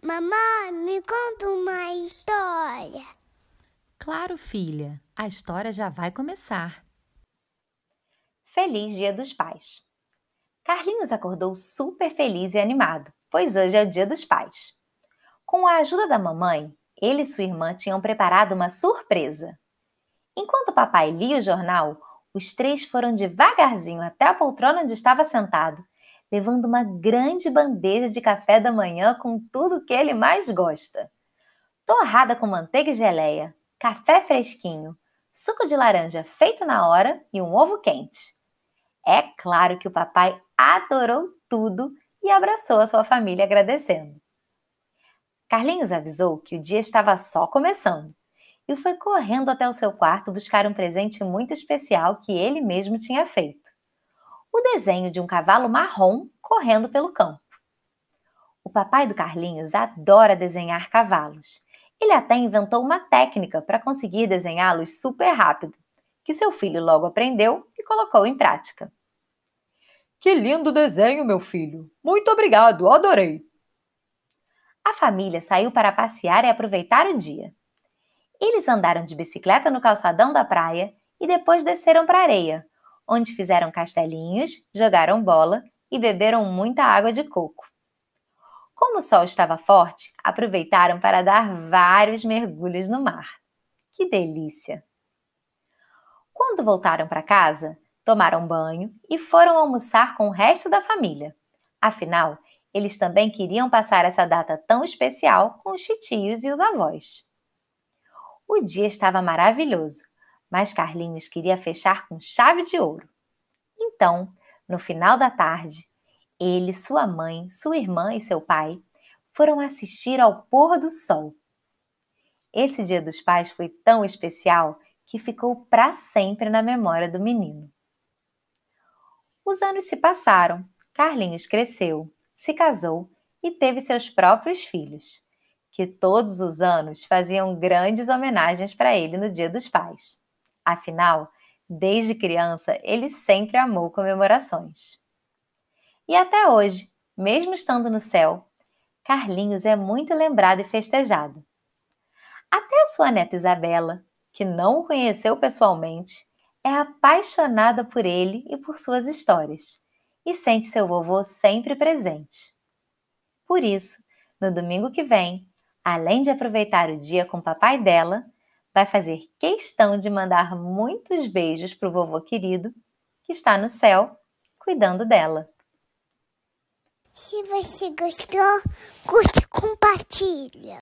Mamãe, me conta uma história. Claro, filha, a história já vai começar. Feliz Dia dos Pais. Carlinhos acordou super feliz e animado, pois hoje é o Dia dos Pais. Com a ajuda da mamãe, ele e sua irmã tinham preparado uma surpresa. Enquanto o papai lia o jornal, os três foram devagarzinho até a poltrona onde estava sentado, levando uma grande bandeja de café da manhã com tudo o que ele mais gosta. Torrada com manteiga e geleia, café fresquinho, suco de laranja feito na hora e um ovo quente. É claro que o papai adorou tudo e abraçou a sua família agradecendo. Carlinhos avisou que o dia estava só começando e foi correndo até o seu quarto buscar um presente muito especial que ele mesmo tinha feito. O desenho de um cavalo marrom correndo pelo campo. O papai do Carlinhos adora desenhar cavalos. Ele até inventou uma técnica para conseguir desenhá-los super rápido, que seu filho logo aprendeu e colocou em prática. Que lindo desenho, meu filho! Muito obrigado, adorei! A família saiu para passear e aproveitar o dia. Eles andaram de bicicleta no calçadão da praia e depois desceram para a areia, onde fizeram castelinhos, jogaram bola e beberam muita água de coco. Como o sol estava forte, aproveitaram para dar vários mergulhos no mar. Que delícia! Quando voltaram para casa, tomaram banho e foram almoçar com o resto da família. Afinal, eles também queriam passar essa data tão especial com os titios e os avós. O dia estava maravilhoso, mas Carlinhos queria fechar com chave de ouro. Então, no final da tarde, ele, sua mãe, sua irmã e seu pai foram assistir ao pôr do sol. Esse Dia dos Pais foi tão especial que ficou para sempre na memória do menino. Os anos se passaram, Carlinhos cresceu, se casou e teve seus próprios filhos, que todos os anos faziam grandes homenagens para ele no Dia dos Pais. Afinal, desde criança, ele sempre amou comemorações. E até hoje, mesmo estando no céu, Carlinhos é muito lembrado e festejado. Até a sua neta Isabela, que não o conheceu pessoalmente, é apaixonada por ele e por suas histórias e sente seu vovô sempre presente. Por isso, no domingo que vem, além de aproveitar o dia com o papai dela, vai fazer questão de mandar muitos beijos para o vovô querido, que está no céu, cuidando dela. Se você gostou, curte e compartilha.